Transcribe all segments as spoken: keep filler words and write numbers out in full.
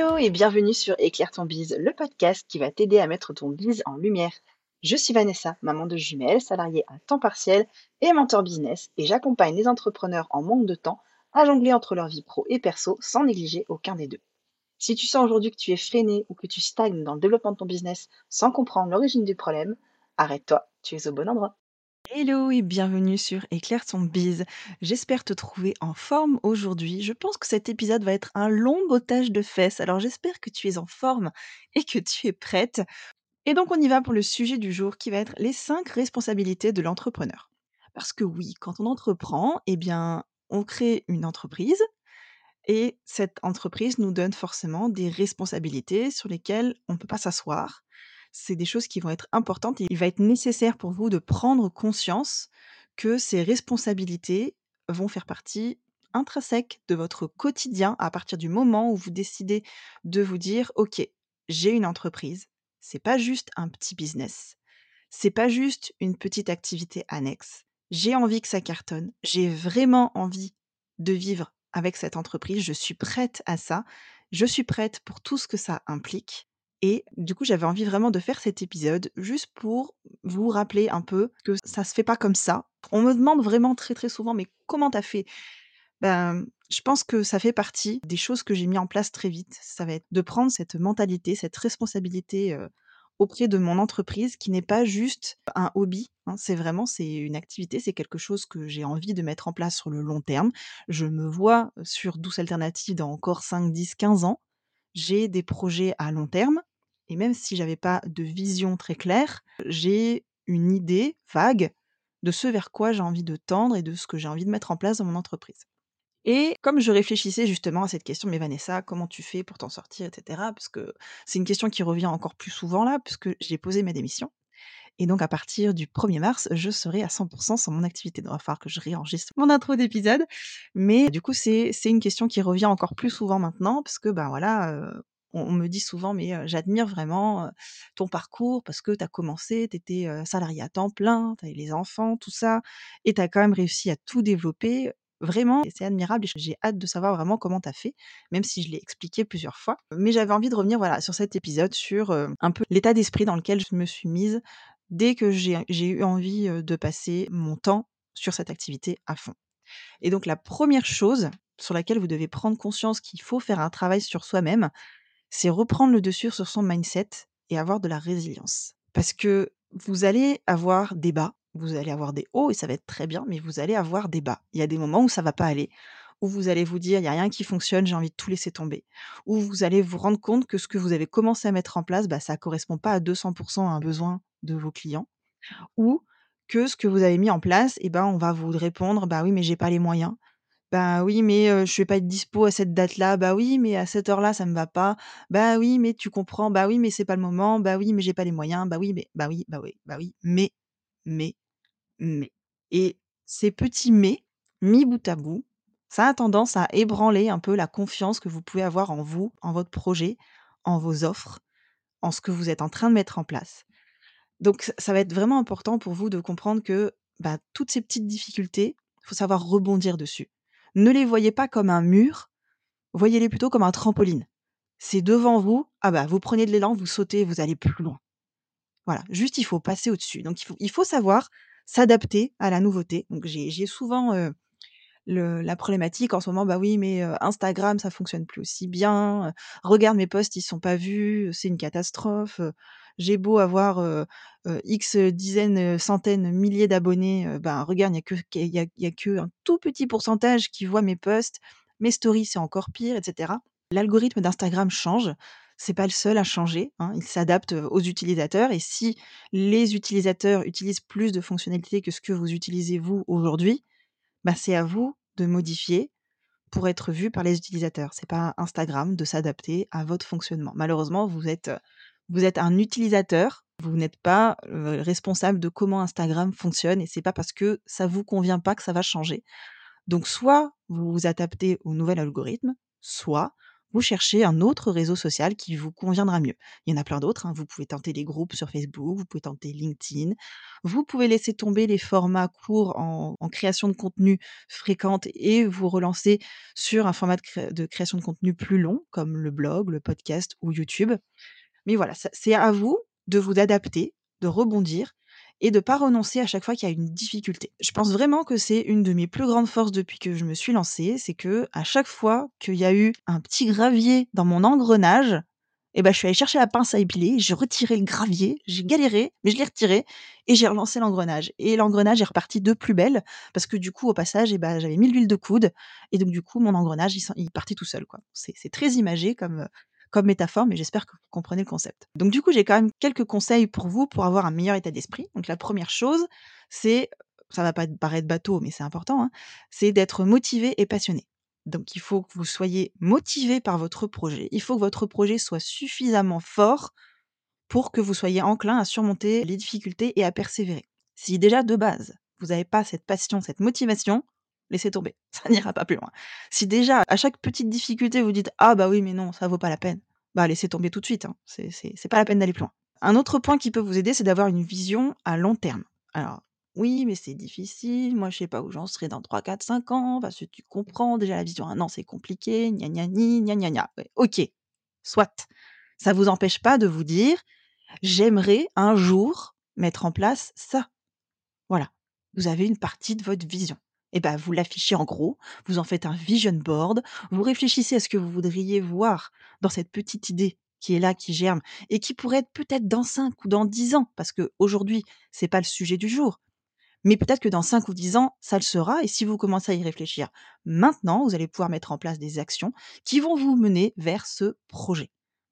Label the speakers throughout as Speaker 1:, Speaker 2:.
Speaker 1: Hello et bienvenue sur Éclaire ton bise, le podcast qui va t'aider à mettre ton bise en lumière. Je suis Vanessa, maman de jumelles, salariée à temps partiel et mentor business, et j'accompagne les entrepreneurs en manque de temps à jongler entre leur vie pro et perso sans négliger aucun des deux. Si tu sens aujourd'hui que tu es freiné ou que tu stagnes dans le développement de ton business sans comprendre l'origine du problème, arrête-toi, tu es au bon endroit.
Speaker 2: Hello et bienvenue sur Éclaire ton bise. J'espère te trouver en forme aujourd'hui. Je pense que cet épisode va être un long bottage de fesses, alors j'espère que tu es en forme et que tu es prête. Et donc on y va pour le sujet du jour qui va être les cinq responsabilités de l'entrepreneur. Parce que oui, quand on entreprend, eh bien, on crée une entreprise et cette entreprise nous donne forcément des responsabilités sur lesquelles on ne peut pas s'asseoir. C'est des choses qui vont être importantes et il va être nécessaire pour vous de prendre conscience que ces responsabilités vont faire partie intrinsèque de votre quotidien à partir du moment où vous décidez de vous dire: «OK, j'ai une entreprise, c'est pas juste un petit business, c'est pas juste une petite activité annexe. J'ai envie que ça cartonne. J'ai vraiment envie de vivre avec cette entreprise. Je suis prête à ça. Je suis prête pour tout ce que ça implique». Et du coup, j'avais envie vraiment de faire cet épisode juste pour vous rappeler un peu que ça se fait pas comme ça. On me demande vraiment très, très souvent: «Mais comment t'as fait?» Ben, je pense que ça fait partie des choses que j'ai mis en place très vite. Ça va être de prendre cette mentalité, cette responsabilité, heu, auprès de mon entreprise qui n'est pas juste un hobby, hein. C'est vraiment c'est une activité, c'est quelque chose que j'ai envie de mettre en place sur le long terme. Je me vois sur Douce Alternative dans encore cinq, dix, quinze ans. J'ai des projets à long terme et même si j'avais pas de vision très claire, j'ai une idée vague de ce vers quoi j'ai envie de tendre et de ce que j'ai envie de mettre en place dans mon entreprise. Et comme je réfléchissais justement à cette question: «Mais Vanessa, comment tu fais pour t'en sortir?» et cetera. Parce que c'est une question qui revient encore plus souvent là, puisque j'ai posé ma démission et donc à partir du premier mars, je serai à cent sur mon activité. Donc il va falloir que je réenregistre mon intro d'épisode. Mais du coup, c'est c'est une question qui revient encore plus souvent maintenant parce que, ben, voilà, heu, on on me dit souvent: «Mais, heu, j'admire vraiment, heu, ton parcours parce que tu as commencé, tu étais, heu, salariée à temps plein, tu avais les enfants, tout ça et tu as quand même réussi à tout développer. Vraiment, et c'est admirable et j'ai hâte de savoir vraiment comment tu as fait», même si je l'ai expliqué plusieurs fois. Mais j'avais envie de revenir, voilà, sur cet épisode, sur, heu, un peu l'état d'esprit dans lequel je me suis mise dès que j'ai j'ai eu envie, heu, de passer mon temps sur cette activité à fond. Et donc la première chose sur laquelle vous devez prendre conscience qu'il faut faire un travail sur soi-même, c'est reprendre le dessus sur son mindset et avoir de la résilience. Parce que vous allez avoir des bas, vous allez avoir des hauts et ça va être très bien, mais vous allez avoir des bas. Il y a des moments où ça va pas aller, où vous allez vous dire: «Il y a rien qui fonctionne, j'ai envie de tout laisser tomber». Où vous allez vous rendre compte que ce que vous avez commencé à mettre en place, bah, ça correspond pas à deux cents à un besoin de vos clients. Ou que ce que vous avez mis en place et ben, on va vous répondre: «Bah oui, mais j'ai pas les moyens». «Bah oui, mais heu, je vais pas être dispo à cette date-là». «Bah oui, mais à cette heure-là, ça me va pas». «Bah oui, mais tu comprends». «Bah oui, mais c'est pas le moment». «Bah oui, mais j'ai pas les moyens». «Bah oui, mais» «Bah oui, bah oui, bah oui, mais, mais, mais» et ces petits «mais» mis bout à bout, ça a tendance à ébranler un peu la confiance que vous pouvez avoir en vous, en votre projet, en vos offres, en ce que vous êtes en train de mettre en place. Donc ç ça va être vraiment important pour vous de comprendre que, bah, toutes ces petites difficultés, il faut savoir rebondir dessus. Ne les voyez pas comme un mur, voyez-les plutôt comme un trampoline. C'est devant vous, ah bah, vous prenez de l'élan, vous sautez, vous allez plus loin. Voilà, juste il faut passer au-dessus. Donc il faut il faut savoir s'adapter à la nouveauté. Donc j'ai j'ai souvent, heu, le la problématique en ce moment: «Bah oui, mais heu, Instagram, ça fonctionne plus aussi bien, heu, regarde mes posts, ils sont pas vus, c'est une catastrophe, heu, j'ai beau avoir, heu heu, X dizaines, heu, centaines, milliers d'abonnés, heu, ben regarde, il y a que il y a il y a qu'un tout petit pourcentage qui voit mes posts, mes stories, c'est encore pire» et cetera. L'algorithme d'Instagram change, c'est pas le seul à changer, hein, il s'adapte, heu, aux utilisateurs et si les utilisateurs utilisent plus de fonctionnalités que ce que vous utilisez vous aujourd'hui, bah, c'est à vous de modifier pour être vu par les utilisateurs. C'est pas à Instagram de s'adapter à votre fonctionnement. Malheureusement, vous êtes, heu, vous êtes un utilisateur, vous n'êtes pas, heu, responsable de comment Instagram fonctionne et c'est pas parce que ça vous convient pas que ça va changer. Donc soit vous vous adaptez au nouvel algorithme, soit vous cherchez un autre réseau social qui vous conviendra mieux. Il y en a plein d'autres, hein, vous pouvez tenter des groupes sur Facebook, vous pouvez tenter LinkedIn, vous pouvez laisser tomber les formats courts en en création de contenu fréquente et vous relancer sur un format de cré de création de contenu plus long, comme le blog, le podcast ou YouTube. Mais voilà, ça c'est à vous de vous adapter, de rebondir et de pas renoncer à chaque fois qu'il y a une difficulté. Je pense vraiment que c'est une de mes plus grandes forces depuis que je me suis lancée, c'est que à chaque fois qu'il y a eu un petit gravier dans mon engrenage, et ben je suis allée chercher la pince à épiler, j'ai retiré le gravier, j'ai galéré, mais je l'ai retiré et j'ai relancé l'engrenage et l'engrenage est reparti de plus belle parce que du coup, au passage, et ben j'avais mis de l'huile de coude et donc du coup, mon engrenage, il s'en il partit tout seul, quoi. C'est c'est très imagé comme, comme métaphore, mais j'espère que vous comprenez le concept. Donc du coup, j'ai quand même quelques conseils pour vous pour avoir un meilleur état d'esprit. Donc la première chose, c'est, ça va pas paraître bateau, mais c'est important, hein, c'est d'être motivé et passionné. Donc il faut que vous soyez motivé par votre projet. Il faut que votre projet soit suffisamment fort pour que vous soyez enclin à surmonter les difficultés et à persévérer. Si déjà de base, vous n'avez pas cette passion, cette motivation, laissez tomber, ça n'ira pas plus loin. Si déjà à chaque petite difficulté vous dites: «Ah bah oui, mais non, ça vaut pas la peine», bah laissez tomber tout de suite, hein, c'est c'est c'est pas la peine d'aller plus loin. Un autre point qui peut vous aider, c'est d'avoir une vision à long terme. Alors oui, mais c'est difficile, moi je sais pas où j'en serai dans trois, quatre, cinq ans, parce que tu comprends, déjà la vision à un an c'est compliqué, gna gna gni, gna gna gna. Ouais, OK, soit. Ça vous empêche pas de vous dire: «J'aimerais un jour mettre en place ça». Voilà, vous avez une partie de votre vision. Et ben, vous l'affichez en gros, vous en faites un vision board, vous réfléchissez à ce que vous voudriez voir dans cette petite idée qui est là, qui germe et qui pourrait être peut-être dans cinq ou dans dix ans, parce qu'aujourd'hui, c'est pas le sujet du jour. Mais peut-être que dans cinq ou dix ans, ça le sera et si vous commencez à y réfléchir maintenant, vous allez pouvoir mettre en place des actions qui vont vous mener vers ce projet.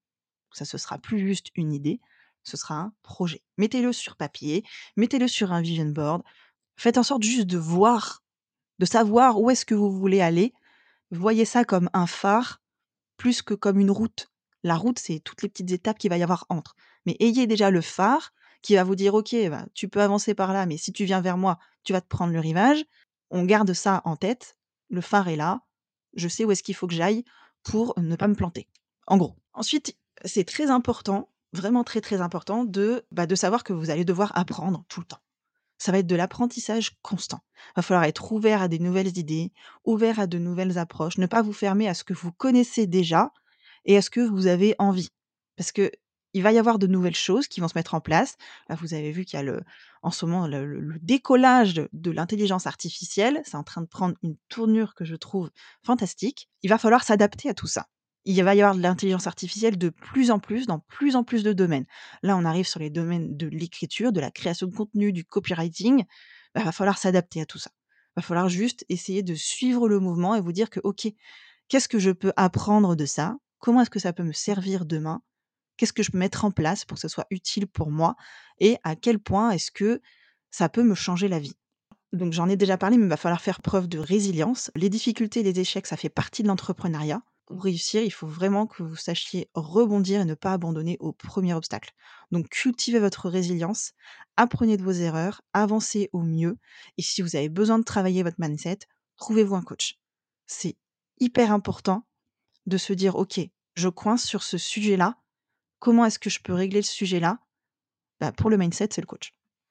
Speaker 2: Ça, ce sera plus juste une idée, ce sera un projet. Mettez-le sur papier, mettez-le sur un vision board. Faites en sorte juste de voir, de savoir où est-ce que vous voulez aller. Voyez ça comme un phare plus que comme une route. La route, c'est toutes les petites étapes qu'il va y avoir entre. Mais ayez déjà le phare qui va vous dire: «OK, bah, tu peux avancer par là, mais si tu viens vers moi, tu vas te prendre le rivage». On garde ça en tête. Le phare est là. Je sais où est-ce qu'il faut que j'aille pour ne pas me planter. En gros. Ensuite, c'est très important, vraiment très, très important de, bah, de savoir que vous allez devoir apprendre tout le temps. Ça va être de l'apprentissage constant. Va falloir être ouvert à des nouvelles idées, ouvert à de nouvelles approches, ne pas vous fermer à ce que vous connaissez déjà et à ce que vous avez envie. Parce que il va y avoir de nouvelles choses qui vont se mettre en place. Là, vous avez vu qu'il y a le en ce moment le le le décollage de de l'intelligence artificielle, c'est en train de prendre une tournure que je trouve fantastique. Il va falloir s'adapter à tout ça. Il va y avoir de l'intelligence artificielle de plus en plus, dans plus en plus de domaines. Là, on arrive sur les domaines de l'écriture, de la création de contenu, du copywriting. Bah, va falloir s'adapter à tout ça. Va falloir juste essayer de suivre le mouvement et vous dire que: «OK, qu'est-ce que je peux apprendre de ça? Comment est-ce que ça peut me servir demain? Qu'est-ce que je peux mettre en place pour que ce soit utile pour moi? Et à quel point est-ce que ça peut me changer la vie?» Donc j'en ai déjà parlé, mais il va falloir faire preuve de résilience. Les difficultés et les échecs, ça fait partie de l'entrepreneuriat. Pour réussir, il faut vraiment que vous sachiez rebondir et ne pas abandonner au premier obstacle. Donc cultivez votre résilience, apprenez de vos erreurs, avancez au mieux et si vous avez besoin de travailler votre mindset, trouvez-vous un coach. C'est hyper important de se dire: «OK, je coince sur ce sujet-là. Comment est-ce que je peux régler le sujet-là?» Bah, pour le mindset, c'est le coach.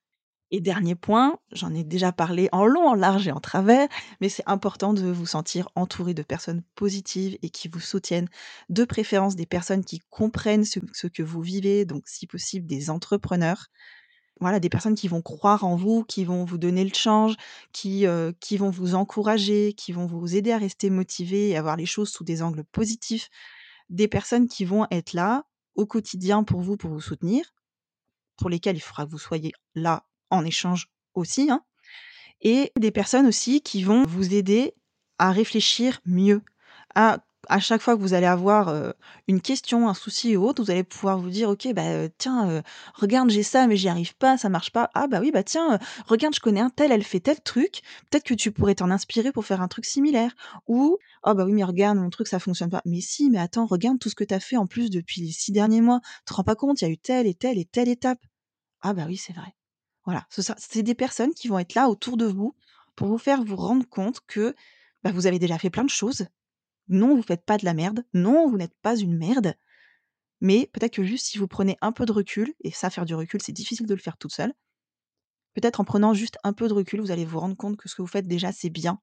Speaker 2: Et dernier point, j'en ai déjà parlé en long, en large et en travers, mais c'est important de vous sentir entouré de personnes positives et qui vous soutiennent, de préférence des personnes qui comprennent ce ce que vous vivez, donc si possible des entrepreneurs. Voilà, des personnes qui vont croire en vous, qui vont vous donner le change, qui, heu, qui vont vous encourager, qui vont vous aider à rester motivé et à voir les choses sous des angles positifs. Des personnes qui vont être là, au quotidien pour vous, pour vous soutenir, pour lesquelles il faudra que vous soyez là en échange aussi, hein, et des personnes aussi qui vont vous aider à réfléchir mieux. À à chaque fois que vous allez avoir, heu, une question, un souci ou autre, vous allez pouvoir vous dire: «OK, bah, heu, tiens, heu, regarde, j'ai ça, mais j'y arrive pas, ça marche pas. Ah bah oui, bah tiens, heu, regarde, je connais un tel, elle fait tel truc, peut-être que tu pourrais t'en inspirer pour faire un truc similaire». Ou: «Oh bah oui, mais regarde, mon truc, ça fonctionne pas». «Mais si, mais attends, regarde tout ce que tu as fait en plus depuis les six derniers mois. Tu te rends pas compte, il y a eu telle et telle et telle étape». «Ah bah oui, c'est vrai». Voilà, ce ça c'est des personnes qui vont être là autour de vous pour vous faire vous rendre compte que, bah, vous avez déjà fait plein de choses Non, vous faites pas de la merde. Non, vous n'êtes pas une merde. Mais peut-être que juste si vous prenez un peu de recul, et ça, faire du recul, c'est difficile de le faire toute seule. Peut-être en prenant juste un peu de recul, vous allez vous rendre compte que ce que vous faites déjà, c'est bien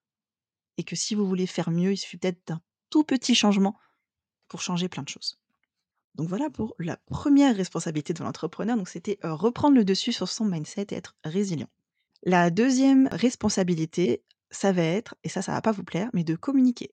Speaker 2: et que si vous voulez faire mieux, il suffit peut-être d'un tout petit changement pour changer plein de choses. Donc voilà pour la première responsabilité de l'entrepreneur, donc c'était, heu, reprendre le dessus sur son mindset et être résilient. La deuxième responsabilité, ça va être, et ça, ça va pas vous plaire, mais de communiquer.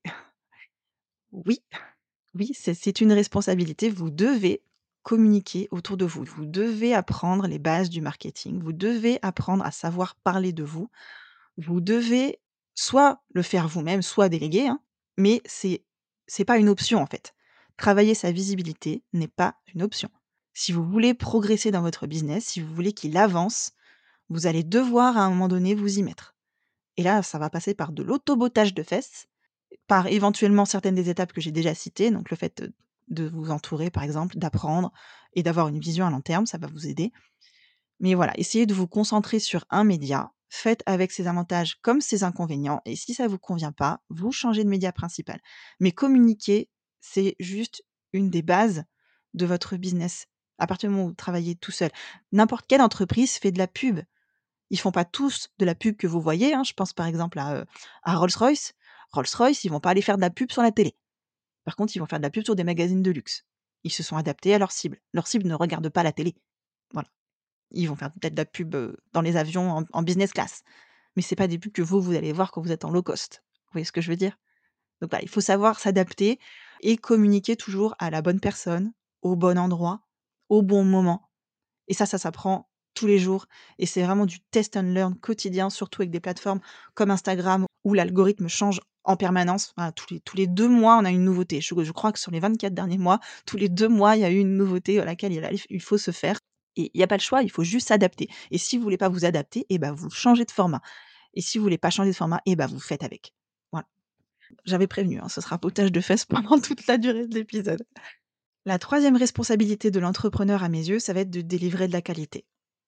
Speaker 2: Oui, oui, c'est c'est une responsabilité, vous devez communiquer autour de vous. Vous devez apprendre les bases du marketing, vous devez apprendre à savoir parler de vous. Vous devez soit le faire vous-même, soit déléguer, hein, mais c'est c'est pas une option, en fait. Travailler sa visibilité n'est pas une option. Si vous voulez progresser dans votre business, si vous voulez qu'il avance, vous allez devoir à un moment donné vous y mettre. Et là, ça va passer par de l'auto-bottage de fesses, par éventuellement certaines des étapes que j'ai déjà citées, donc le fait, heu, de vous entourer par exemple, d'apprendre et d'avoir une vision à long terme, ça va vous aider. Mais voilà, essayez de vous concentrer sur un média, faites avec ses avantages comme ses inconvénients et si ça vous convient pas, vous changez de média principal. Mais communiquer, c'est juste une des bases de votre business. À partir du moment où vous travaillez tout seul. N'importe quelle entreprise fait de la pub. Ils font pas tous de la pub que vous voyez, hein. Je pense par exemple à, heu, à Rolls-Royce. Rolls-Royce, ils vont pas aller faire de la pub sur la télé. Par contre, ils vont faire de la pub sur des magazines de luxe. Ils se sont adaptés à leur cible. Leur cible ne regarde pas la télé. Voilà. Ils vont faire peut-être de la pub, heu, dans les avions en en business class, mais c'est pas des pubs que vous, vous allez voir quand vous êtes en low cost. Vous voyez ce que je veux dire? Donc voilà, il faut savoir s'adapter et communiquer toujours à la bonne personne, au bon endroit, au bon moment et ça, ça s'apprend tous les jours et c'est vraiment du test and learn quotidien, surtout avec des plateformes comme Instagram où l'algorithme change en permanence. Voilà, tous les tous les deux mois, on a une nouveauté. Je je crois que sur les vingt-quatre derniers mois, tous les deux mois, il y a eu une nouveauté à laquelle il a il faut se faire et il y a pas le choix, il faut juste s'adapter et si vous voulez pas vous adapter et bah, vous changez de format et si vous voulez pas changer de format et bah, vous faites avec. Voilà. J'avais prévenu, hein, ce sera potage de fesses pendant toute la durée de l'épisode. La troisième responsabilité de l'entrepreneur à mes yeux, ça va être de délivrer de la qualité.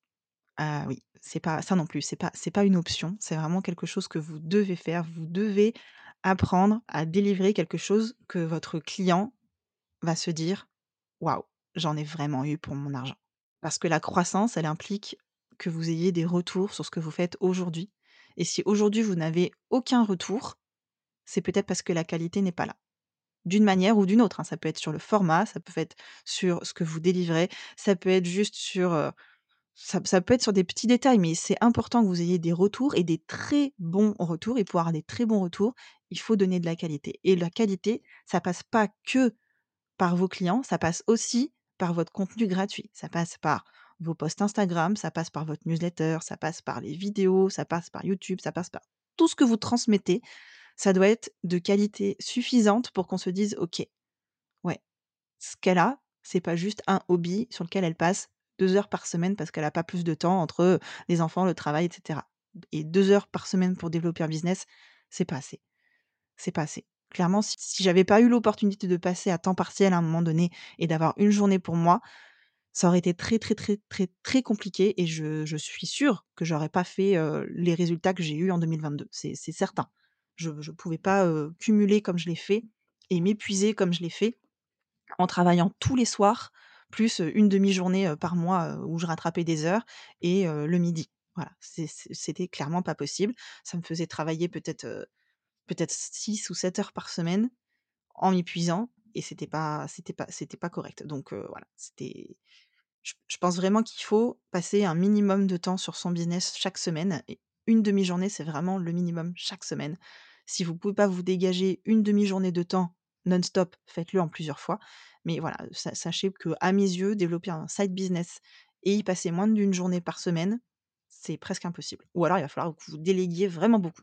Speaker 2: Ah oui, c'est pas ça non plus, c'est pas c'est pas une option, c'est vraiment quelque chose que vous devez faire. Vous devez apprendre à délivrer quelque chose que votre client va se dire: «Waouh, j'en ai vraiment eu pour mon argent». Parce que la croissance, elle implique que vous ayez des retours sur ce que vous faites aujourd'hui et si aujourd'hui vous n'avez aucun retour, c'est peut-être parce que la qualité n'est pas là. D'une manière ou d'une autre, hein, ça peut être sur le format, ça peut être sur ce que vous délivrez, ça peut être juste sur, heu, ça ça peut être sur des petits détails, mais c'est important que vous ayez des retours et des très bons retours et pour avoir des très bons retours, il faut donner de la qualité et la qualité, ça passe pas que par vos clients, ça passe aussi par votre contenu gratuit. Ça passe par vos posts Instagram, ça passe par votre newsletter, ça passe par les vidéos, ça passe par YouTube, ça passe par tout ce que vous transmettez, ça doit être de qualité suffisante pour qu'on se dise: «OK, ouais, ce qu'elle a, c'est pas juste un hobby sur lequel elle passe deux heures par semaine parce qu'elle a pas plus de temps entre, les enfants, le travail et cetera» et deux heures par semaine pour développer un business, c'est pas assez. C'est pas assez. Clairement, si si j'avais pas eu l'opportunité de passer à temps partiel à un moment donné et d'avoir une journée pour moi, ça aurait été très, très, très, très, très compliqué et je je suis sûre que j'aurais pas fait, heu, les résultats que j'ai eus en deux mille vingt-deux. C'est c'est certain. Je je pouvais pas, heu, cumuler comme je l'ai fait et m'épuiser comme je l'ai fait en travaillant tous les soirs, plus, heu, une demi-journée, heu, par mois, heu, où je rattrapais des heures et heu, le midi. Voilà, c'est c'est c'était clairement pas possible. Ça me faisait travailler peut-être, heu Peut-être six ou sept heures par semaine en m'épuisant et c'était pas c'était pas c'était pas correct. Donc heu, voilà, c'était je je pense vraiment qu'il faut passer un minimum de temps sur son business chaque semaine et une demi-journée, c'est vraiment le minimum chaque semaine. Si vous pouvez pas vous dégager une demi-journée de temps non-stop, faites-le en plusieurs fois. Mais voilà, sa sachez qu'à mes yeux, développer un side business et y passer moins d'une journée par semaine, c'est presque impossible. Ou alors il va falloir que vous déléguiez vraiment beaucoup.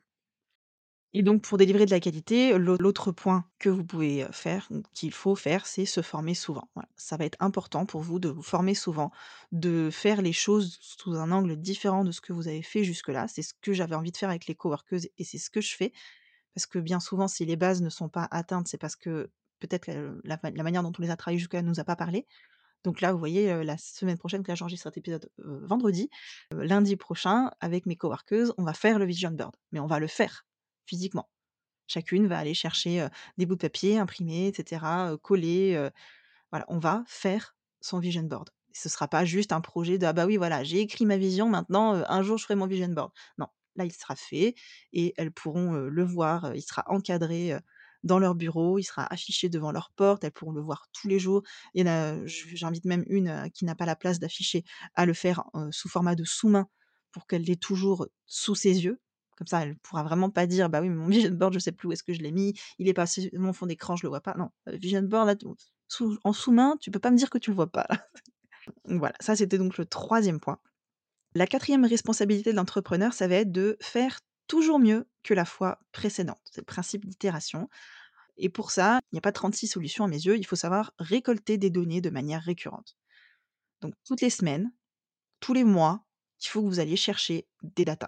Speaker 2: Et donc pour délivrer de la qualité, l'au l'autre point que vous pouvez, heu, faire, ou qu'il faut faire, c'est se former souvent. Voilà, ça va être important pour vous de vous former souvent, de faire les choses sous un angle différent de ce que vous avez fait jusque-là. C'est ce que j'avais envie de faire avec les coworkeuses et c'est ce que je fais. Parce que bien souvent, si les bases ne sont pas atteintes, c'est parce que peut-être, heu, la fa la manière dont on les a travaillées jusque-là ne nous a pas parlé. Donc là, vous voyez, heu, la semaine prochaine, que là j'enregistre cet épisode, heu, vendredi, heu, lundi prochain, avec mes coworkeuses, on va faire le vision board, mais on va le faire physiquement. Chacune va aller chercher, heu, des bouts de papier, imprimer et cetera, heu, coller, heu, voilà, on va faire son vision board. Ce sera pas juste un projet de: «Ah bah oui, voilà, j'ai écrit ma vision, maintenant, heu, un jour je ferai mon vision board». Non, là, il sera fait et elles pourront, heu, le voir, heu, il sera encadré, heu, dans leur bureau, il sera affiché devant leur porte, elles pourront le voir tous les jours. Il y en a, j j'invite même une, heu, qui n'a pas la place d'afficher, à le faire, heu, sous format de sous-main pour qu'elle l'ait toujours sous ses yeux. Comme ça, elle pourra vraiment pas dire: «Bah oui, mais mon vision board, je sais plus où est-ce que je l'ai mis, il est passé sur mon fond d'écran, je le vois pas». Non, heu, vision board là, sous en sous-main, tu peux pas me dire que tu le vois pas là. Voilà, ça c'était donc le troisième point. La quatrième responsabilité de l'entrepreneur, ça va être de faire toujours mieux que la fois précédente. C'est le principe d'itération et pour ça, il n'y a pas trente-six solutions à mes yeux, il faut savoir récolter des données de manière récurrente. Donc toutes les semaines, tous les mois, il faut que vous alliez chercher des datas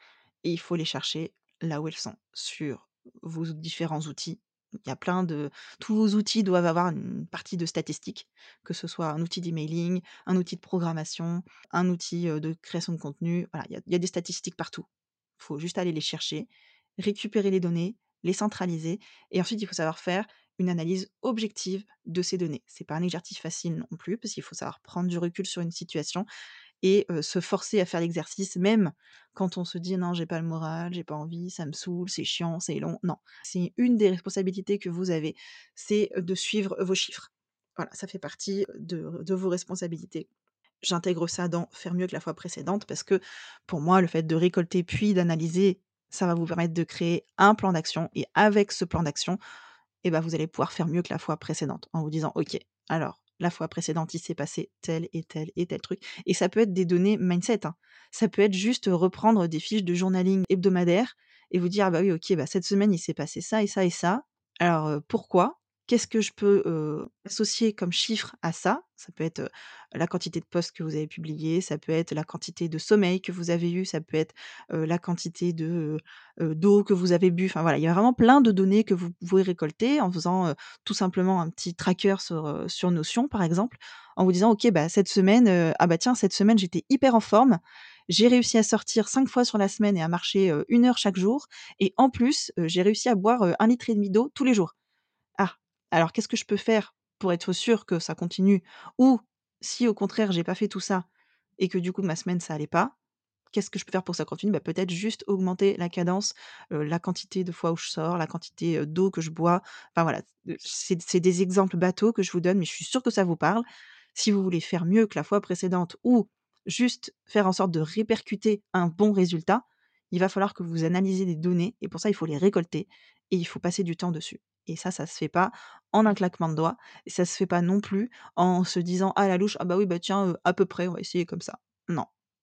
Speaker 2: et il faut les chercher là où elles sont, sur vos différents outils. Il y a plein de tous vos outils doivent avoir une partie de statistiques, que ce soit un outil d'emailing, un outil de programmation, un outil, heu, de création de contenu. Voilà, il y a il y a des statistiques partout. Il faut juste aller les chercher, récupérer les données, les centraliser et ensuite il faut savoir faire une analyse objective de ces données. C'est pas un exercice facile non plus, parce qu'il faut savoir prendre du recul sur une situation et heu, se forcer à faire l'exercice même quand on se dit: «Non, j'ai pas le moral, j'ai pas envie, ça me saoule, c'est chiant, c'est long». Non, c'est une des responsabilités que vous avez, c'est, de suivre vos chiffres. Voilà, ça fait partie de de vos responsabilités. J'intègre ça dans faire mieux que la fois précédente parce que pour moi, le fait de récolter puis d'analyser, ça va vous permettre de créer un plan d'action et avec ce plan d'action, et bah, vous allez pouvoir faire mieux que la fois précédente en vous disant: «OK, alors la fois précédente, il s'est passé tel et tel et tel truc» et ça peut être des données mindset, hein. Ça peut être juste, reprendre des fiches de journaling hebdomadaires et vous dire: «Ah bah oui, OK, bah cette semaine, il s'est passé ça et ça et ça. Alors, heu, pourquoi? Qu'est-ce que je peux, heu, associer comme chiffre à ça?» Ça peut être, heu, la quantité de posts que vous avez publiés, ça peut être la quantité de sommeil que vous avez eu, ça peut être, heu, la quantité de, heu, d'eau que vous avez bu. Enfin voilà, il y a vraiment plein de données que vous pouvez récolter en faisant, heu, tout simplement un petit tracker sur, heu, sur Notion par exemple, en vous disant: «OK, bah, cette semaine, heu, ah bah, tiens, cette semaine j'étais hyper en forme. J'ai réussi à sortir cinq fois sur la semaine et à marcher, heu, une heure chaque jour et en plus, heu, j'ai réussi à boire, heu, un litre et demi d'eau tous les jours. Ah, alors qu'est-ce que je peux faire pour être sûr que ça continue? Ou si au contraire j'ai pas fait tout ça et que du coup ma semaine ça allait pas, qu'est-ce que je peux faire pour que ça continue? Bah, peut-être juste augmenter la cadence, heu, la quantité de fois où je sors, la quantité, heu, d'eau que je bois. Enfin voilà, heu, c'est c'est des exemples bateaux que je vous donne, mais je suis sûre que ça vous parle. Si vous voulez faire mieux que la fois précédente ou juste faire en sorte de répercuter un bon résultat, il va falloir que vous analysiez des données et pour ça, il faut les récolter et il faut passer du temps dessus et ça, ça se fait pas en un claquement de doigts et ça se fait pas non plus en se disant: «À la louche, ah bah oui, bah tiens, heu, à peu près, on va essayer comme ça». Non.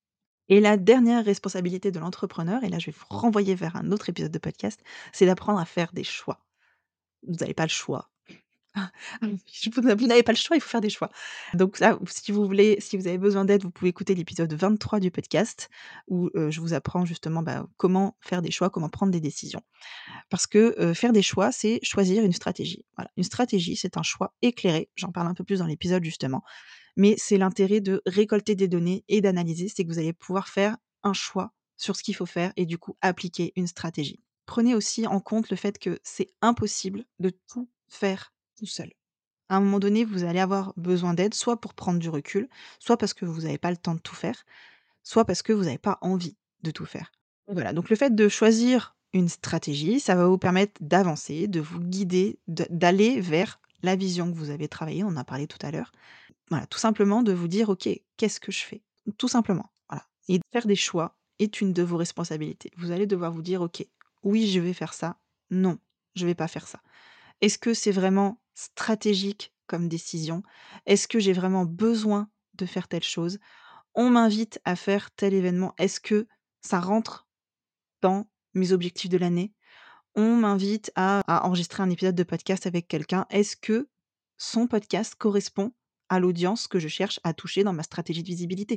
Speaker 2: Et la dernière responsabilité de l'entrepreneur, et là je vais vous renvoyer vers un autre épisode de podcast, c'est d'apprendre à faire des choix. Vous n'avez pas le choix. Ah, je vous vous n'avez pas le choix, il faut faire des choix. Donc ça, si vous voulez si vous avez besoin d'aide, vous pouvez écouter l'épisode vingt-trois du podcast où, heu, je vous apprends justement, bah, comment faire des choix, comment prendre des décisions. Parce que, heu, faire des choix, c'est choisir une stratégie. Voilà, une stratégie, c'est un choix éclairé, j'en parle un peu plus dans l'épisode justement. Mais c'est l'intérêt de récolter des données et d'analyser, c'est que vous allez pouvoir faire un choix sur ce qu'il faut faire et du coup appliquer une stratégie. Prenez aussi en compte le fait que c'est impossible de tout faire tout seul. À un moment donné, vous allez avoir besoin d'aide, soit pour prendre du recul, soit parce que vous n'avez pas le temps de tout faire, soit parce que vous n'avez pas envie de tout faire. Voilà, donc le fait de choisir une stratégie, ça va vous permettre d'avancer, de vous guider, de d'aller vers la vision que vous avez travaillée, on en a parlé tout à l'heure. Voilà, tout simplement de vous dire: «OK, qu'est-ce que je fais?» Tout simplement, voilà et faire des choix est une de vos responsabilités. Vous allez devoir vous dire: «OK, oui, je vais faire ça. Non, je vais pas faire ça». Est-ce que c'est vraiment stratégique comme décision? Est-ce que j'ai vraiment besoin de faire telle chose? On m'invite à faire tel événement. Est-ce que ça rentre dans mes objectifs de l'année? On m'invite à à enregistrer un épisode de podcast avec quelqu'un. Est-ce que son podcast correspond à l'audience que je cherche à toucher dans ma stratégie de visibilité?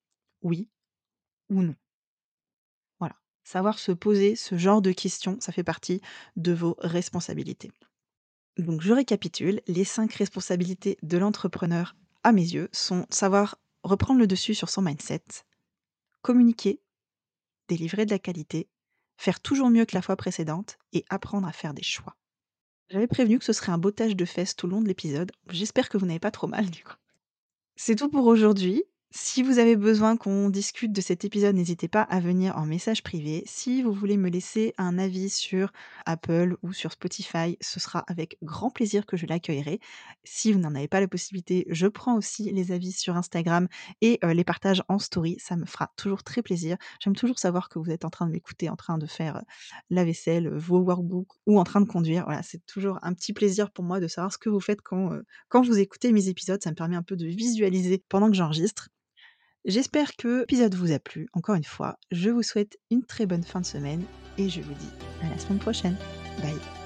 Speaker 2: Oui ou non? Voilà. Savoir se poser ce genre de questions, ça fait partie de vos responsabilités. Donc je récapitule, les cinq responsabilités de l'entrepreneur, à mes yeux, sont savoir reprendre le dessus sur son mindset, communiquer, délivrer de la qualité, faire toujours mieux que la fois précédente et apprendre à faire des choix. J'avais prévenu que ce serait un bottage de fesses tout le long de l'épisode. J'espère que vous n'avez pas trop mal du coup. C'est tout pour aujourd'hui. Si vous avez besoin qu'on discute de cet épisode, n'hésitez pas à venir en message privé. Si vous voulez me laisser un avis sur Apple ou sur Spotify, ce sera avec grand plaisir que je l'accueillerai. Si vous n'en avez pas la possibilité, je prends aussi les avis sur Instagram et heu, les partages en story, ça me fera toujours très plaisir. J'aime toujours savoir que vous êtes en train de m'écouter, en train de faire, heu, la vaisselle, heu, vos workbooks ou en train de conduire. Voilà, c'est toujours un petit plaisir pour moi de savoir ce que vous faites quand, heu, quand vous écoutez mes épisodes. Ça me permet un peu de visualiser pendant que j'enregistre. J'espère que l'épisode vous a plu. Encore une fois, je vous souhaite une très bonne fin de semaine et je vous dis à la semaine prochaine. Bye.